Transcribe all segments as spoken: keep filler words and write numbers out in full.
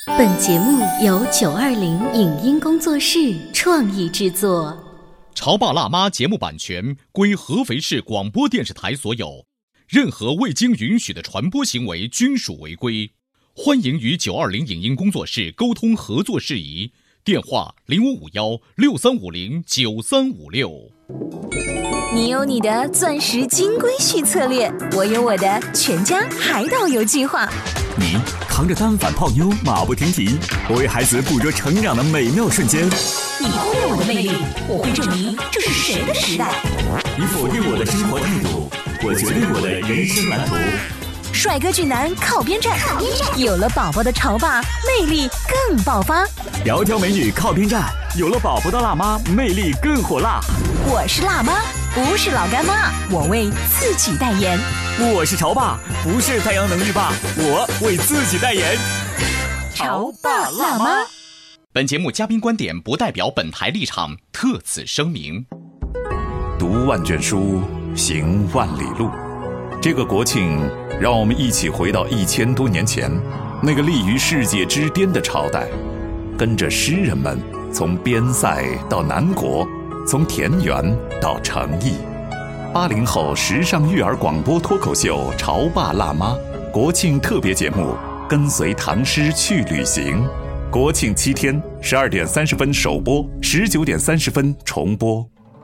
本节目由九二零影音工作室创意制作。 潮爸辣妈节目版权归合肥市广播电视台所有，任何未经允许的传播行为均属违规。欢迎与九二零影音工作室沟通合作事宜，电话零五五幺六三五零九三五六。 你有你的钻石金龟婿策略，我有我的全家海岛游计划。 你扛着单反泡妞马不停蹄，我为孩子捕捉成长的美妙瞬间。 你忽略我的魅力，我会证明这是谁的时代。 你否定我的生活态度，我决定我的人生蓝图。 帅哥俊男靠边站，靠边站，有了宝宝的潮爸魅力更爆发。 窈窕美女靠边站，有了宝宝的辣妈魅力更火辣。 我是辣妈，不是老干妈，我为自己代言。 我是潮爸，不是太阳能浴霸，我为自己代言。 潮爸辣妈。 本节目嘉宾观点不代表本台立场，特此声明。 读万卷书，行万里路。这个国庆，让我们一起回到一千多年前，那个立于世界之巅的朝代，跟着诗人们从边塞到南国，从田园到城邑。八零后时尚育儿广播脱口秀《潮爸辣妈》国庆特别节目，跟随唐诗去旅行。国庆七天，十二点三十分首播，十九点三十分重播。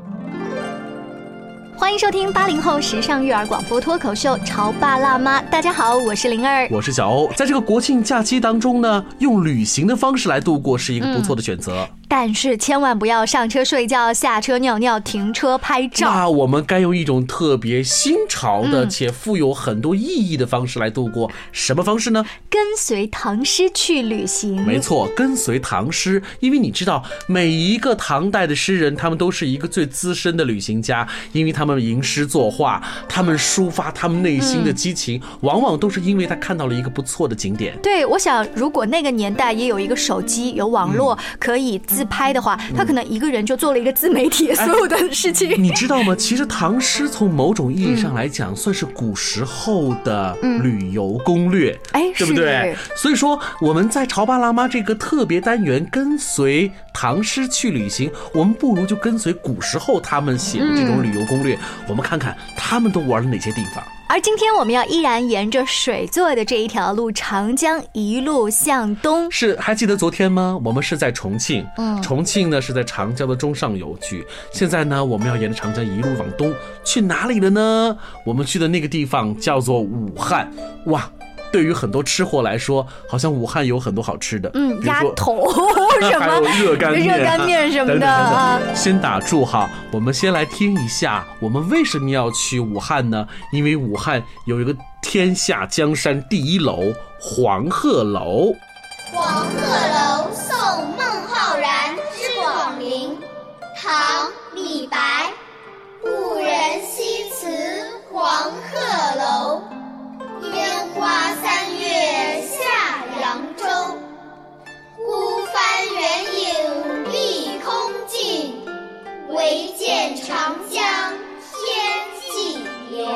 欢迎收听八零后时尚育儿广播脱口秀《潮爸辣妈》。大家好，我是灵儿， 我是小欧。在这个国庆假期当中呢，用旅行的方式来度过是一个不错的选择。嗯， 但是千万不要上车睡觉，下车尿尿，停车拍照。 那我们该用一种特别新潮的且富有很多意义的方式来度过。什么方式呢？ 跟随唐诗去旅行。 没错，跟随唐诗。因为你知道，每一个唐代的诗人，他们都是一个最资深的旅行家，因为他们吟诗作画，他们抒发他们内心的激情，嗯，往往都是因为他看到了一个不错的景点。 对，我想如果那个年代也有一个手机有网络，嗯，可以自拍的话，他可能一个人就做了一个自媒体，嗯，所有的事情，哎， 你知道吗？其实唐诗从某种意义上来讲，嗯，算是古时候的旅游攻略， 哎， 对不对？所以说我们在潮爸辣妈这个特别单元跟随唐诗去旅行，我们不如就跟随古时候他们写的这种旅游攻略，嗯，我们看看他们都玩了哪些地方。 而今天我们要依然沿着水做的这一条路，长江一路向东。 是，还记得昨天吗？我们是在重庆， 嗯， 重庆呢是在长江的中上游区。现在呢，我们要沿着长江一路往东，去哪里了呢？我们去的那个地方叫做武汉。哇，对于很多吃货来说，好像武汉有很多好吃的， 嗯，鸭头什么， 还有热干面、 热干面什么的。 等等等等，先打住哈，我们先来听一下，我们为什么要去武汉呢？因为武汉有一个天下江山第一楼黄鹤楼。 黄鹤楼送孟浩然之广陵，唐·李白。故人西辞黄鹤楼，烟花三月下扬州。孤帆远影碧空尽，唯见长江天际流。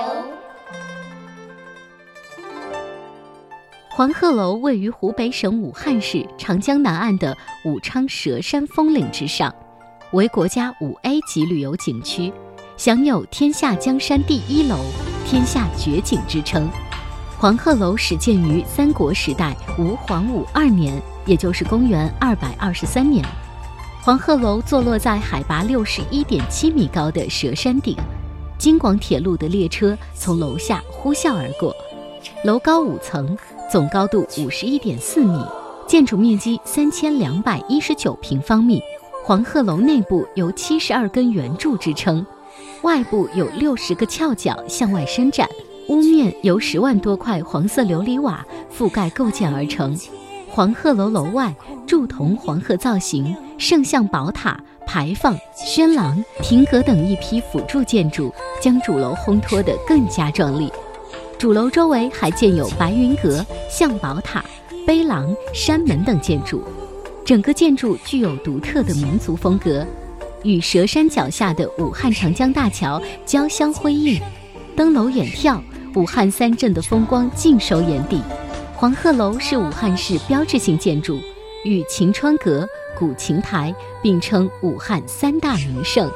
黄鹤楼位于湖北省武汉市长江南岸的武昌佘山峰岭之上，为国家 五 A 级旅游景区，享有天下江山第一楼、天下绝景之称。黄鹤楼始建于三国时代吴黄武二年，也就是公元二百二十三年。黄鹤楼坐落在海拔 六十一点七米高的佘山顶，京广铁路的列车从楼下呼啸而过。楼高五层，总高度 五十一点四米，建筑面积三千两百一十九平方米。黄鹤楼内部由七十二根圆柱支撑，外部有六十个翘角向外伸展，屋面由十万多块黄色琉璃瓦覆盖构建而成。黄鹤楼楼外铸铜黄鹤造型、圣像宝塔、牌坊、轩廊、亭阁等一批辅助建筑，将主楼烘托得更加壮丽。主楼周围还建有白云阁、象宝塔、碑廊、山门等建筑，整个建筑具有独特的民族风格，与佘山脚下的武汉长江大桥交相辉映。登楼远眺，武汉三镇的风光尽收眼底。 黄鹤楼是武汉市标志性建筑，与晴川阁、古琴台并称武汉三大名胜。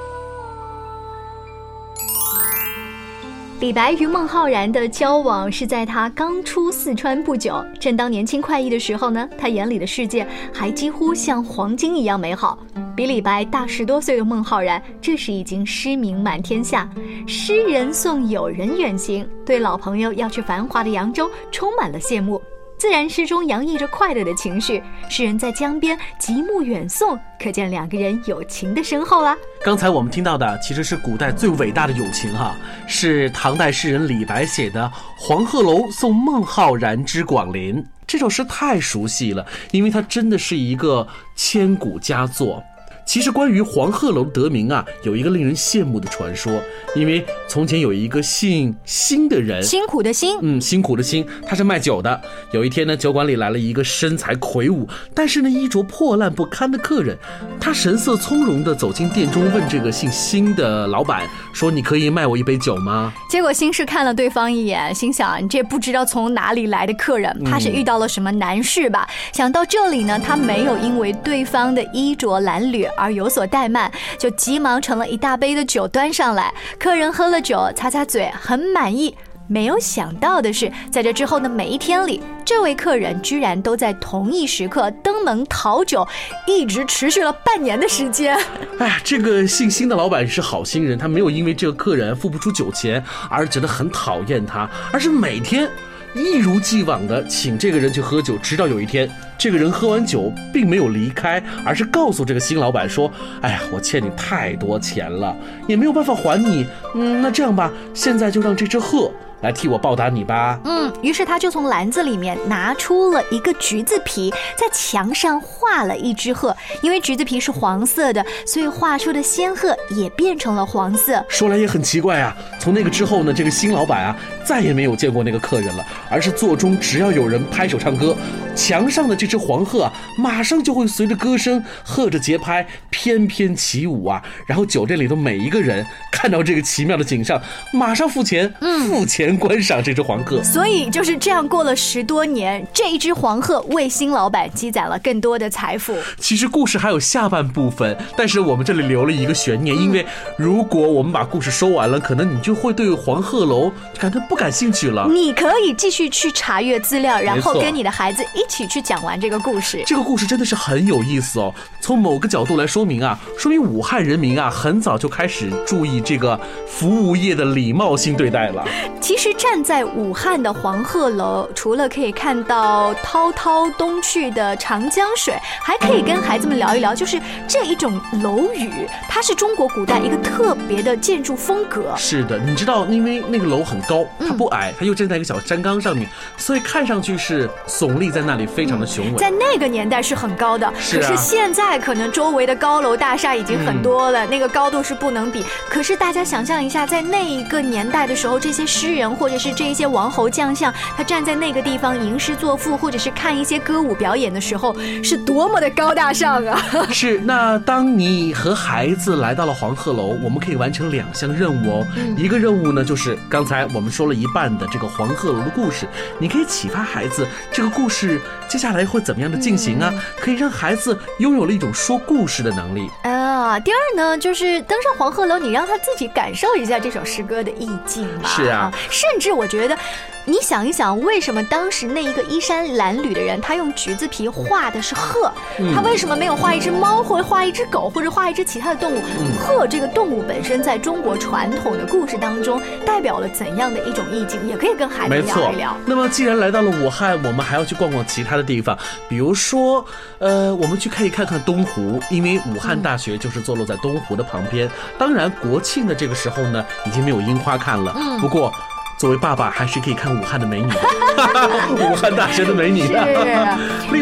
李白与孟浩然的交往是在他刚出四川不久，正当年轻快意的时候呢，他眼里的世界还几乎像黄金一样美好。比李白大十多岁的孟浩然，这时已经诗名满天下，诗人送友人远行，对老朋友要去繁华的扬州充满了羡慕。自然诗中洋溢着快乐的情绪，诗人在江边极目远送，可见两个人友情的深厚啦。 刚才我们听到的其实是古代最伟大的友情哈，是唐代诗人李白写的《黄鹤楼送孟浩然之广陵》。这首诗太熟悉了，因为它真的是一个千古佳作。其实关于黄鹤楼得名啊，有一个令人羡慕的传说，因为从前有一个姓辛的人， 辛苦的辛， 嗯，辛苦的辛，他是卖酒的。有一天呢，酒馆里来了一个身材魁梧，但是呢衣着破烂不堪的客人，他神色从容地走进店中，问这个姓辛的老板说：“你可以卖我一杯酒吗？” 结果辛氏看了对方一眼，心想：这不知道从哪里来的客人，怕是遇到了什么难事吧。嗯、想到这里呢，他没有因为对方的衣着褴褛而有所怠慢，就急忙盛了一大杯的酒端上来。客人喝了酒，擦擦嘴，很满意。没有想到的是，在这之后的每一天里，这位客人居然都在同一时刻登门讨酒，一直持续了半年的时间。 哎呀，这个姓辛的老板是好心人，他没有因为这个客人付不出酒钱而觉得很讨厌他，而是每天一如既往的请这个人去喝酒，直到有一天，这个人喝完酒并没有离开，而是告诉这个新老板说：“哎呀，我欠你太多钱了，也没有办法还你。嗯，那这样吧，现在就让这只鹤来替我报答你吧。” 嗯，于是他就从篮子里面拿出了一个橘子皮，在墙上画了一只鹤。因为橘子皮是黄色的，所以画出的仙鹤也变成了黄色。 说来也很奇怪啊，从那个之后呢，这个新老板啊再也没有见过那个客人了，而是座中只要有人拍手唱歌，墙上的这只黄鹤啊马上就会随着歌声和着节拍翩翩起舞啊。然后酒店里的每一个人看到这个奇妙的景象，马上付钱、嗯、付钱观赏这只黄鹤。 所以就是这样过了十多年，这一只黄鹤为新老板积攒了更多的财富。 其实故事还有下半部分，但是我们这里留了一个悬念、嗯、因为如果我们把故事说完了，可能你就会对黄鹤楼感到不感兴趣了。 你可以继续去查阅资料，然后跟你的孩子一起去讲完这个故事。 这个故事真的是很有意思哦，从某个角度来说明啊，说明武汉人民啊很早就开始注意这个服务业的礼貌性对待了。 其实站在武汉的黄鹤楼，除了可以看到滔滔东去的长江水，还可以跟孩子们聊一聊，就是这一种楼宇，它是中国古代一个特别的建筑风格。 是的，你知道，因为那个楼很高，它不矮，它又站在一个小山岗上面，所以看上去是耸立在那里，非常的雄伟。 在那个年代是很高的， 是啊、 可是现在可能周围的高楼大厦已经很多了、嗯、那个高度是不能比。可是大家想象一下，在那一个年代的时候，这些诗人或者是这一些王侯将相，他站在那个地方吟诗作赋，或者是看一些歌舞表演的时候，是多么的高大上啊。 是，那当你和孩子来到了黄鹤楼，我们可以完成两项任务哦、嗯、一个任务呢，就是刚才我们说了一半的这个黄鹤楼的故事，你可以启发孩子这个故事接下来会怎么样的进行啊、嗯、可以让孩子拥有了一种说故事的能力啊。第二呢，就是登上黄鹤楼，你让他自己感受一下这首诗歌的意境吧。 是啊， 甚至我觉得你想一想，为什么当时那一个衣衫褴褛的人，他用橘子皮画的是鹤、嗯、他为什么没有画一只猫，或者画一只狗，或者画一只其他的动物、嗯、鹤这个动物本身在中国传统的故事当中代表了怎样的一种意境，也可以跟孩子聊一聊。 那么既然来到了武汉，我们还要去逛逛其他的地方，比如说呃，我们去可以看看东湖，因为武汉大学就是坐落在东湖的旁边、嗯、当然国庆的这个时候呢已经没有樱花看了、嗯、不过作为爸爸还是可以看武汉的美女的武汉大学的美女的另外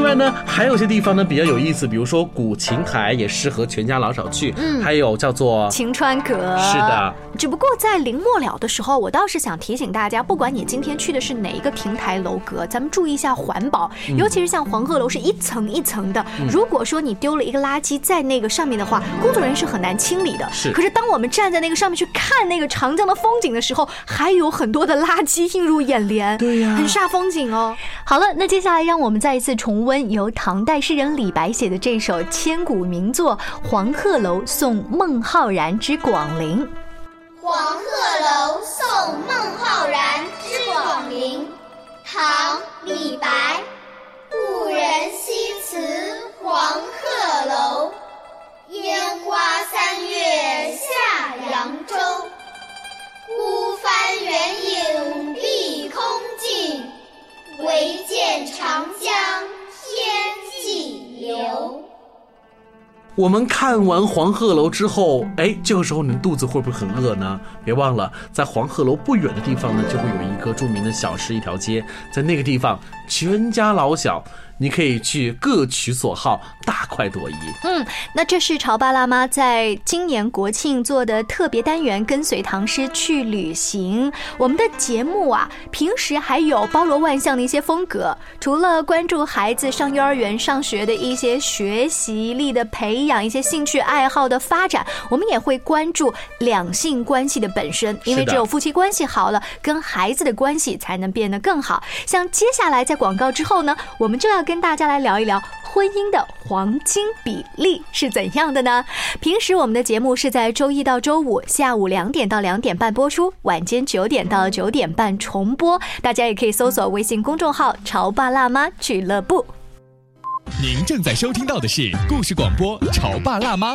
外呢，还有些地方呢比较有意思，比如说古琴台也适合全家老少去，嗯，还有叫做晴川阁。 是的， 只不过在临末了的时候，我倒是想提醒大家，不管你今天去的是哪一个亭台楼阁，咱们注意一下环保，嗯、尤其是像黄鹤楼是一层一层的，嗯、如果说你丢了一个垃圾在那个上面的话，工作人员是很难清理的。 是， 可是当我们站在那个上面去看那个长江的风景的时候，还有很多的垃圾映入眼帘， 对呀、啊， 很煞风景哦。好了，那接下来让我们再一次重温由唐代诗人李白写的这首千古名作《黄鹤楼送孟浩然之广陵》。 黄鹤楼送孟浩然之广陵，唐·李白。故人西辞黄鹤楼，烟花三月下扬州。孤帆远影碧空尽，唯见长江天际流。 我们看完黄鹤楼之后，哎，这个时候你肚子会不会很饿呢？别忘了，在黄鹤楼不远的地方呢，就会有一个著名的小吃一条街，在那个地方，全家老小你可以去各取所好，大快朵颐。 嗯，那这是潮爸辣妈在今年国庆做的特别单元，跟随唐诗去旅行。我们的节目啊，平时还有包罗万象的一些风格，除了关注孩子上幼儿园上学的一些学习力的培养，一些兴趣爱好的发展，我们也会关注两性关系的本身，因为只有夫妻关系好了，跟孩子的关系才能变得更好。像接下来在广告之后呢，我们就要跟大家来聊一聊婚姻的黄金比例是怎样的呢？平时我们的节目是在周一到周五下午两点到两点半播出，晚间九点到九点半重播。大家也可以搜索微信公众号潮爸辣妈俱乐部。 您正在收听到的是故事广播潮爸辣妈。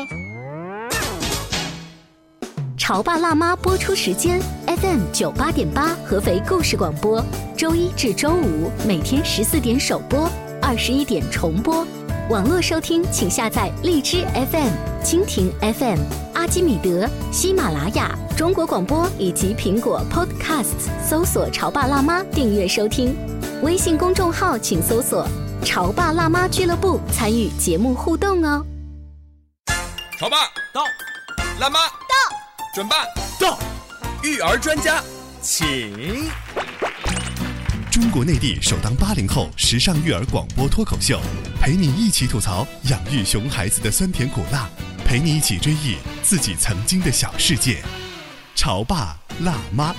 潮爸辣妈播出时间 F M 九八点八合肥故事广播，周一至周五每天十四点首播，二十一点重播。网络收听请下载荔枝 F M、蜻蜓 F M、阿基米德、喜马拉雅、中国广播以及苹果 Podcasts 搜索潮爸辣妈订阅收听。微信公众号请搜索潮爸辣妈俱乐部，参与节目互动哦。 潮爸到，辣妈到，准爸到，育儿专家请。 中国内地首档八零后时尚育儿广播脱口秀，陪你一起吐槽养育熊孩子的酸甜苦辣，陪你一起追忆自己曾经的小世界。潮爸辣妈。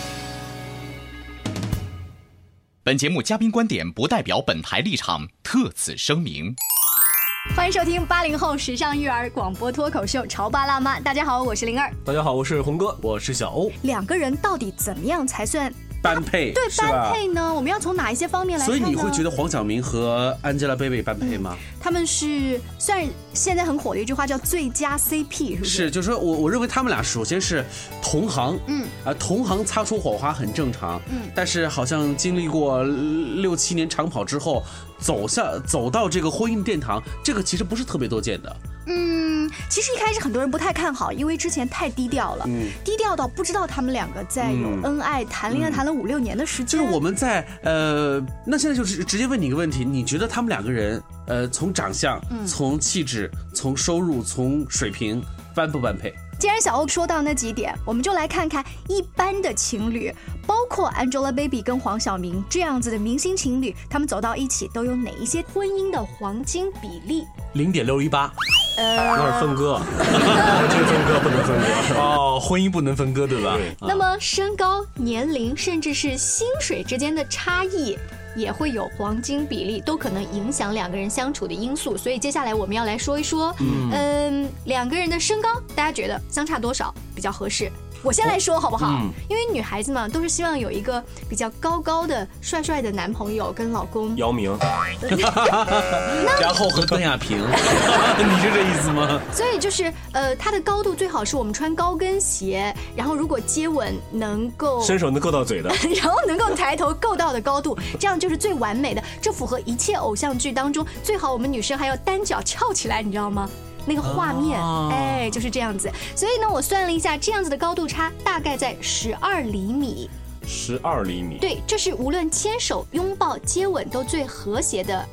本节目嘉宾观点不代表本台立场，特此声明。 欢迎收听八零后时尚育儿广播脱口秀《潮爸辣妈》。大家好，我是灵儿。 大家好，我是红哥， 我是小欧。 两个人到底怎么样才算般配？ 对，般配呢？我们要从哪一些方面来看呢？ 所以你会觉得黄晓明和 Angelababy 般配吗？ 嗯、他们是算是现在很火的一句话叫最佳 C P， 是不是？ 是，就是说我我认为他们俩首先是同行， 嗯， 啊，同行擦出火花很正常， 嗯， 但是好像经历过六七年长跑之后，走下走到这个婚姻殿堂，这个其实不是特别多见的。 嗯，其实一开始很多人不太看好，因为之前太低调了，嗯，低调到不知道他们两个在有恩爱、嗯、谈恋爱谈了五六年的时间。 就是我们在呃，那现在就是直接问你一个问题，你觉得他们两个人呃，从长相、嗯、从气质、从收入、从水平，般不般配？ 既然小欧说到那几点，我们就来看看一般的情侣，包括 Angelababy 跟黄晓明这样子的明星情侣，他们走到一起都有哪一些婚姻的黄金比例？ 零点六一八。 呃，那是分割，这个分割不能分割哦，婚姻不能分割，对吧？对。 那么身高、年龄，甚至是薪水之间的差异，也会有黄金比例，都可能影响两个人相处的因素。所以接下来我们要来说一说，嗯，嗯两个人的身高，大家觉得相差多少比较合适？我先来说好不好？嗯、因为女孩子嘛，都是希望有一个比较高高的、帅帅的男朋友跟老公。 姚明， 然后和邓亚萍，你是这意思吗？ 所以就是呃，他的高度最好是我们穿高跟鞋，然后如果接吻能够伸手能够到嘴的， 然后能够抬头够到的高度，这样就是最完美的。这符合一切偶像剧当中最好我们女生还要单脚翘起来，你知道吗？那个画面，哦、哎，就是这样子。所以呢，我算了一下，这样子的高度差大概在十二厘米。 十二厘米。 对，这是无论牵手、拥抱、接吻都最和谐的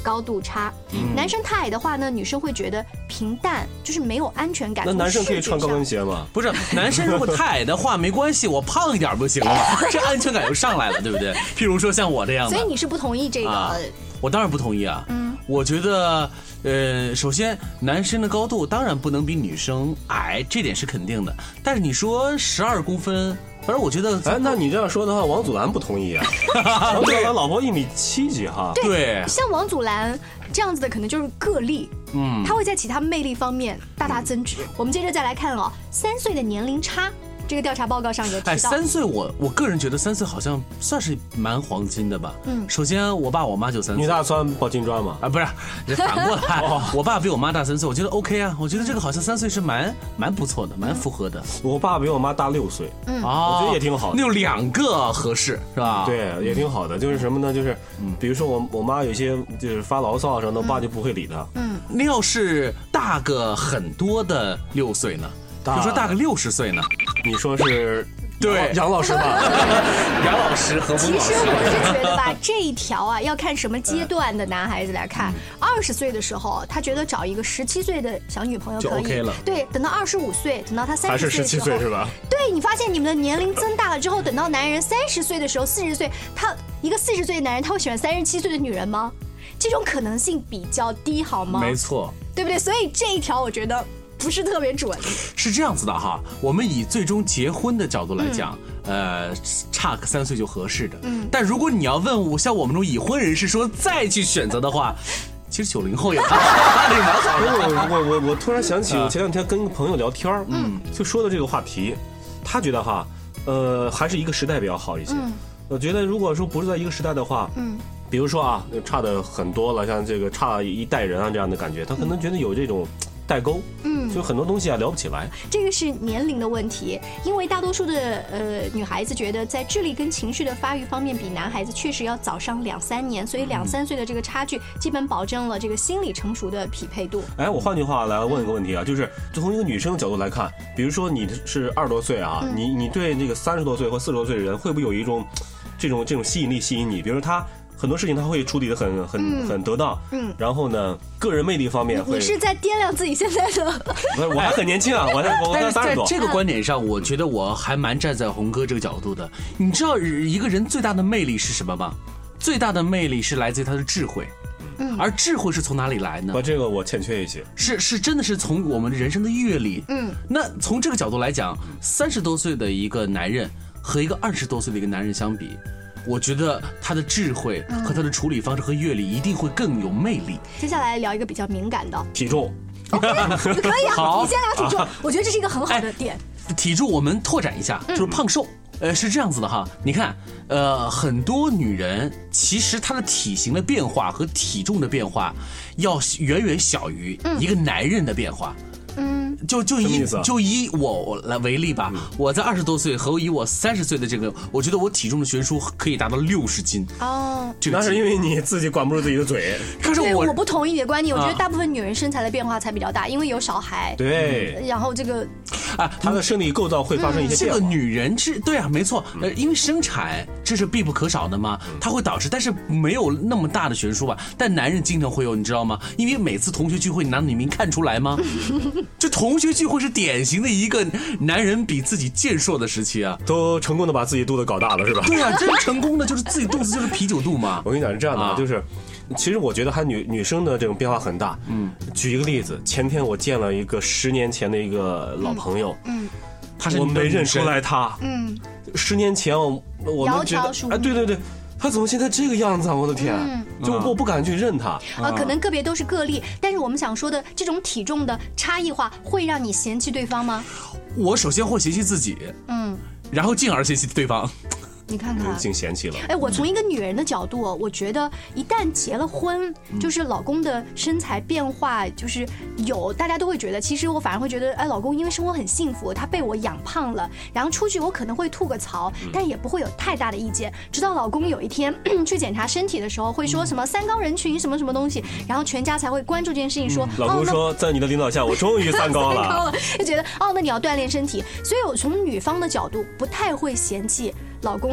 高度差。嗯、男生太矮的话呢，女生会觉得平淡，就是没有安全感。 那男生可以穿高跟鞋吗？ 不是，男生如果太矮的话没关系，我胖一点不行吗？这安全感又上来了，对不对？譬如说像我这样的。 所以你是不同意这个？啊、 我当然不同意啊。嗯，我觉得。呃，首先，男生的高度当然不能比女生矮，这点是肯定的。但是你说十二公分，反正我觉得， 哎，那你这样说的话，王祖蓝不同意啊。王祖蓝老婆一米七几哈。 对，像王祖蓝这样子的，可能就是个例。嗯，他会在其他魅力方面大大增值。我们接着再来看哦，三岁的年龄差。这个调查报告上有提到， 哎，三岁我我个人觉得三岁好像算是蛮黄金的吧。嗯，首先我爸我妈就三岁， 女大三抱金砖嘛。 啊，不是，反过来，哦、我爸比我妈大三岁，我觉得 OK 啊，我觉得这个好像三岁是蛮蛮不错的，蛮符合的。 我爸比我妈大六岁，嗯，我觉得也挺好的。 那有两个合适是吧？ 对，也挺好的。就是什么呢？就是，比如说我我妈有些就是发牢骚什么的，我爸就不会理她。 嗯，那要是大个很多的六岁呢？比如说大个六十岁呢？ 你说是对杨老师吧？ 杨老师和其实我是觉得吧，这一条啊要看什么阶段的男孩子来看。二十岁的时候，他觉得找一个十七岁的小女朋友可以， 就 OK 了。 对，等到二十五岁，等到他三十岁的时候， 还是十七岁是吧？ 对，你发现你们的年龄增大了之后，等到男人三十岁的时候，四十岁，他一个四十岁的男人，他会喜欢三十七岁的女人吗？这种可能性比较低，好吗？ 没错， 对不对？所以这一条我觉得不是特别准。 是这样子的哈，我们以最终结婚的角度来讲，嗯、呃，差个三岁就合适的。嗯，但如果你要问我，像我们这种已婚人士说再去选择的话，其实九零后也蛮好的。 我我我我突然想起，我前两天跟一个朋友聊天，嗯，就说的这个话题，他觉得哈，呃，还是一个时代比较好一些。嗯，我觉得如果说不是在一个时代的话，嗯。比如说啊，差的很多了，像这个差一代人啊这样的感觉，他可能觉得有这种代沟，嗯，就很多东西啊聊不起来。 这个是年龄的问题，因为大多数的呃女孩子觉得在智力跟情绪的发育方面比男孩子确实要早上两三年，所以两三岁的这个差距基本保证了这个心理成熟的匹配度。 哎，我换句话来问一个问题啊，就是从一个女生的角度来看，比如说你是二十多岁啊，嗯、你你对这个三十多岁或四十多岁的人会不会有一种这种这种吸引力吸引你？比如说他。很多事情他会处理得很很、嗯、很得当，嗯，然后呢，个人魅力方面会。 你是在掂量自己现在的？ 不是，我还很年轻啊，我才我才三十多。 在这个观点上，我觉得我还蛮站在红哥这个角度的。你知道一个人最大的魅力是什么吗？最大的魅力是来自于他的智慧。嗯，而智慧是从哪里来呢？ 我这个我欠缺一些， 是是真的是从我们人生的阅历。嗯，那从这个角度来讲，三十多岁的一个男人和一个二十多岁的一个男人相比。我觉得他的智慧和他的处理方式和阅历一定会更有魅力。 接下来聊一个比较敏感的体重， 可以啊，好，你先聊体重，我觉得这是一个很好的点。 哎、体重我们拓展一下，就是胖瘦。嗯、呃，是这样子的哈，你看，呃，很多女人其实她的体型的变化和体重的变化，要远远小于一个男人的变化。嗯，就就以就以我来为例吧，嗯、我在二十多岁和以我三十岁的这个，我觉得我体重的悬殊可以达到六十斤哦。 这个那是因为你自己管不住自己的嘴。 可是我我不同意你的观点，我觉得大部分女人身材的变化才比较大，因为有小孩。 对、 嗯，然后这个啊，她的生理构造会发生一些变化。 嗯、这个女人是对啊，没错，呃，因为生产这是必不可少的嘛，它会导致，但是没有那么大的悬殊吧。但男人经常会有，你知道吗？因为每次同学聚会，难道你没看出来吗？就同学聚会是典型的一个男人比自己健硕的时期啊， 都成功的把自己肚子搞大了，是吧？ 对啊，真成功的就是自己肚子就是啤酒肚嘛。 我跟你讲是这样的，啊、就是，其实我觉得还女女生的这种变化很大。嗯，举一个例子，前天我见了一个十年前的一个老朋友，嗯，他是我没认出来他，嗯，十年前我我们觉得，哎，对对对。他怎么现在这个样子啊！我的天，嗯、就我不敢去认他。 啊，可能个别都是个例，但是我们想说的这种体重的差异化，会让你嫌弃对方吗？ 我首先会嫌弃自己，嗯，然后进而嫌弃对方。 你看看， 竟嫌弃了。 哎，我从一个女人的角度，我觉得一旦结了婚，就是老公的身材变化，就是有大家都会觉得，其实我反而会觉得，哎，老公因为生活很幸福，他被我养胖了，然后出去我可能会吐个槽，但也不会有太大的意见。直到老公有一天去检查身体的时候，会说什么三高人群什么什么东西，然后全家才会关注这件事情，说、 嗯、老公说、哦、在你的领导下，我终于三高了， 三高了，就觉得哦，那你要锻炼身体。所以我从女方的角度不太会嫌弃老公的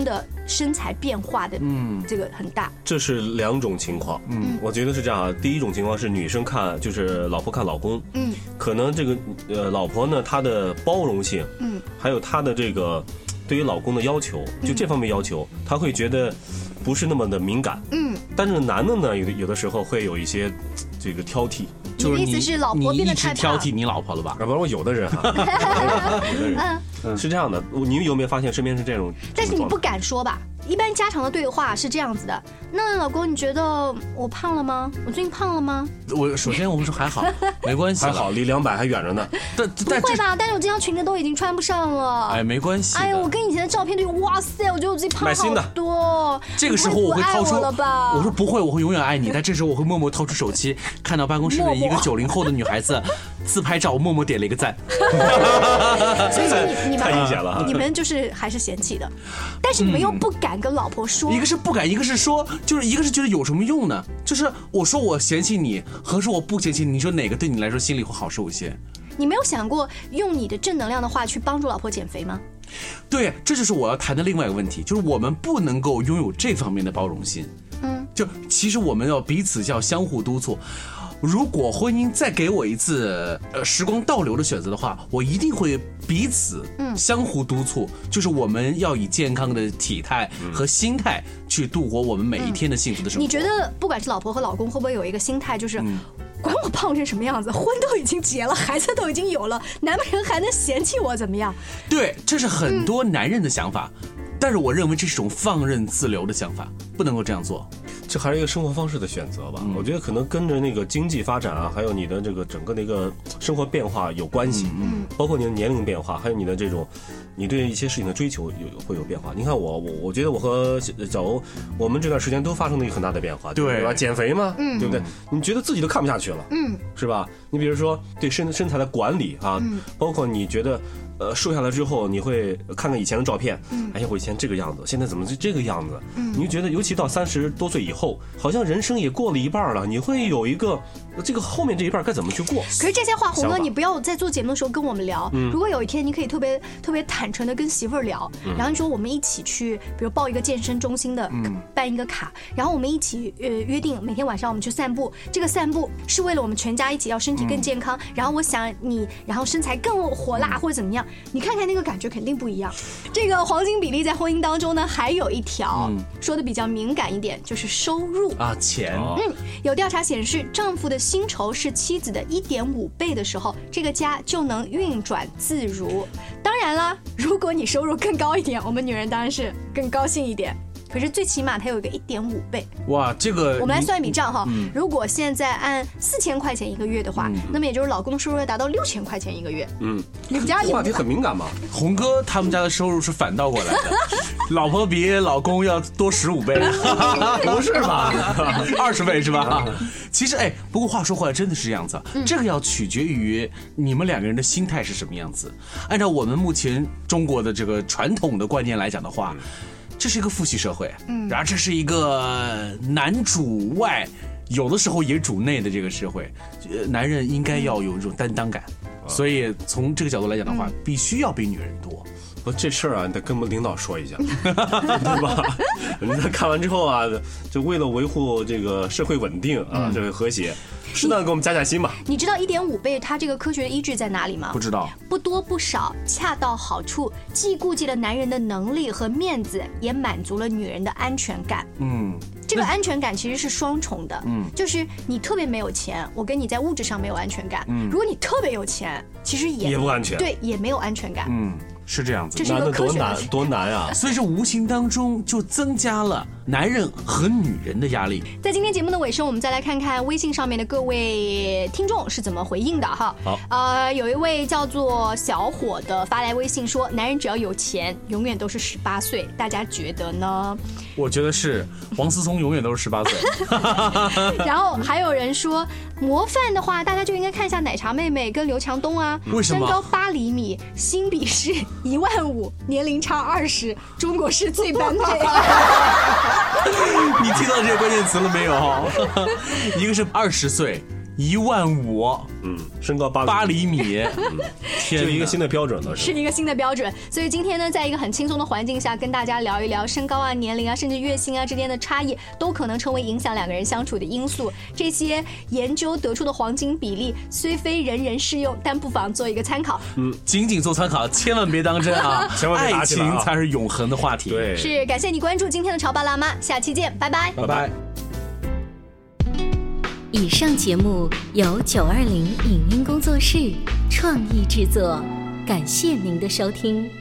身材变化的，嗯，这个很大。 这是两种情况，嗯，我觉得是这样啊。第一种情况是女生看，就是老婆看老公，嗯，可能这个呃老婆呢，她的包容性，嗯，还有她的这个对于老公的要求，就这方面要求，她会觉得不是那么的敏感，嗯，但是男的呢，有的有的时候会有一些这个挑剔。 就是你，意思是老婆变得太胖， 你一直挑剔你老婆了吧？ 啊，不是，我有的人哈，有的人嗯是这样的。你有没有发现身边是这种？ 但是你不敢说吧？一般家常的对话是这样子的。那老公，你觉得我胖了吗？我最近胖了吗？ 我首先我们说还好，没关系， 还好，离两百还远着呢。 但不会吧？但是我这条裙子都已经穿不上了。 哎，没关系。 哎呦，我跟以前的照片对，哇塞，我觉得我自己胖好多。 这个时候我会掏出， 我, 我说不会，我会永远爱你。但这时候我会默默掏出手机，看到办公室的一个九零后的女孩子自拍照，我默默点了一个赞。 所以你你们太阴险了， 你们就是还是嫌弃的，但是你们又不敢跟老婆说。 一个是不敢，一个是说，就是一个是觉得有什么用呢？就是我说我嫌弃你，和说我不嫌弃你，你说哪个对你来说心里会好受一些？ 你没有想过用你的正能量的话去帮助老婆减肥吗？ 对，这就是我要谈的另外一个问题，就是我们不能够拥有这方面的包容心。嗯，就其实我们要彼此要相互督促。如果婚姻再给我一次呃时光倒流的选择的话，我一定会彼此相互督促，嗯、就是我们要以健康的体态和心态去度过我们每一天的幸福的生活。 嗯、你觉得不管是老婆和老公会不会有一个心态，就是、嗯、管我胖成什么样子，婚都已经结了，孩子都已经有了，男人还能嫌弃我怎么样？ 对，这是很多男人的想法。嗯，但是我认为这是一种放任自流的想法，不能够这样做。 这还是一个生活方式的选择吧。嗯、我觉得可能跟着那个经济发展啊，还有你的这个整个的一个生活变化有关系。嗯，包括你的年龄变化，还有你的这种，你对一些事情的追求有会有变化。你看我，我我觉得我和小欧，我们这段时间都发生了一个很大的变化，对吧？减肥嘛，嗯，对不对？你觉得自己都看不下去了，嗯，是吧？你比如说对身身材的管理啊，嗯、包括你觉得。呃，瘦下来之后，你会看看以前的照片，嗯，哎呀，我以前这个样子，现在怎么是这个样子？嗯，你就觉得，尤其到三十多岁以后，好像人生也过了一半了，你会有一个这个后面这一半该怎么去过？ 可是这些话，红哥，你不要在做节目的时候跟我们聊。嗯，如果有一天你可以特别特别坦诚的跟媳妇儿聊，嗯、然后你说我们一起去，比如报一个健身中心的，嗯、办一个卡，然后我们一起呃约定每天晚上我们去散步，这个散步是为了我们全家一起要身体更健康，嗯、然后我想你，然后身材更火辣或者怎么样，你看看那个感觉肯定不一样。这个黄金比例在婚姻当中呢，还有一条、嗯、说的比较敏感一点，就是收入啊，钱。 嗯，有调查显示，丈夫的薪酬是妻子的一点五倍的时候，这个家就能运转自如。当然啦，如果你收入更高一点，我们女人当然是更高兴一点。可是最起码它有一个一点五倍。 哇，这个我们来算一笔账哈。嗯、如果现在按四千块钱一个月的话，嗯、那么也就是老公收入要达到六千块钱一个月。嗯，你们家话题很敏感嘛？ 红哥他们家的收入是反倒过来的，老婆比老公要多十五倍， 不是吧？ 二十倍是吧？其实哎，不过话说回来，真的是这样子，嗯、这个要取决于你们两个人的心态是什么样子。按照我们目前中国的这个传统的观念来讲的话。嗯，这是一个父系社会，嗯，然后这是一个男主外，有的时候也主内的这个社会，呃，男人应该要有一种担当感，嗯、所以从这个角度来讲的话，嗯、必须要比女人多。 不，这事儿啊，你得跟我们领导说一下，对吧？人家看完之后啊，就为了维护这个社会稳定啊，嗯、这个和谐。适当给我们加加薪吧。 你知道一点五倍它这个科学的依据在哪里吗？ 不知道。 不多不少，恰到好处，既顾及了男人的能力和面子，也满足了女人的安全感。嗯，这个安全感其实是双重的。嗯，就是你特别没有钱，我跟你在物质上没有安全感。嗯，如果你特别有钱，其实也也不安全。 对，也没有安全感。 嗯。是这样子， 这是一个科学的多难多难啊！ 所以这无形当中就增加了男人和女人的压力。 在今天节目的尾声，我们再来看看微信上面的各位听众是怎么回应的哈。好，呃，有一位叫做小伙的发来微信说：“男人只要有钱，永远都是十八岁。”大家觉得呢？ 我觉得是王思聪永远都是十八岁。 然后还有人说，模范的话，大家就应该看一下奶茶妹妹跟刘强东啊。 为什么？ 身高八厘米，心比是一万五，年龄差二十，中国式最般配。 你听到这些关键词了没有？一个是二十岁， 一万五， 嗯，身高八八厘米， 嗯，天，就一个新的标准了， 是一个新的标准。所以今天呢，在一个很轻松的环境下，跟大家聊一聊身高啊、年龄啊，甚至月薪啊之间的差异，都可能成为影响两个人相处的因素。这些研究得出的黄金比例，虽非人人适用，但不妨做一个参考。 嗯，仅仅做参考，千万别当真啊！ 千万别爱情才是永恒的话题。 对， 是感谢你关注今天的潮爸辣妈，下期见，拜拜， 拜拜。 以上节目由九二零影音工作室创意制作，感谢您的收听。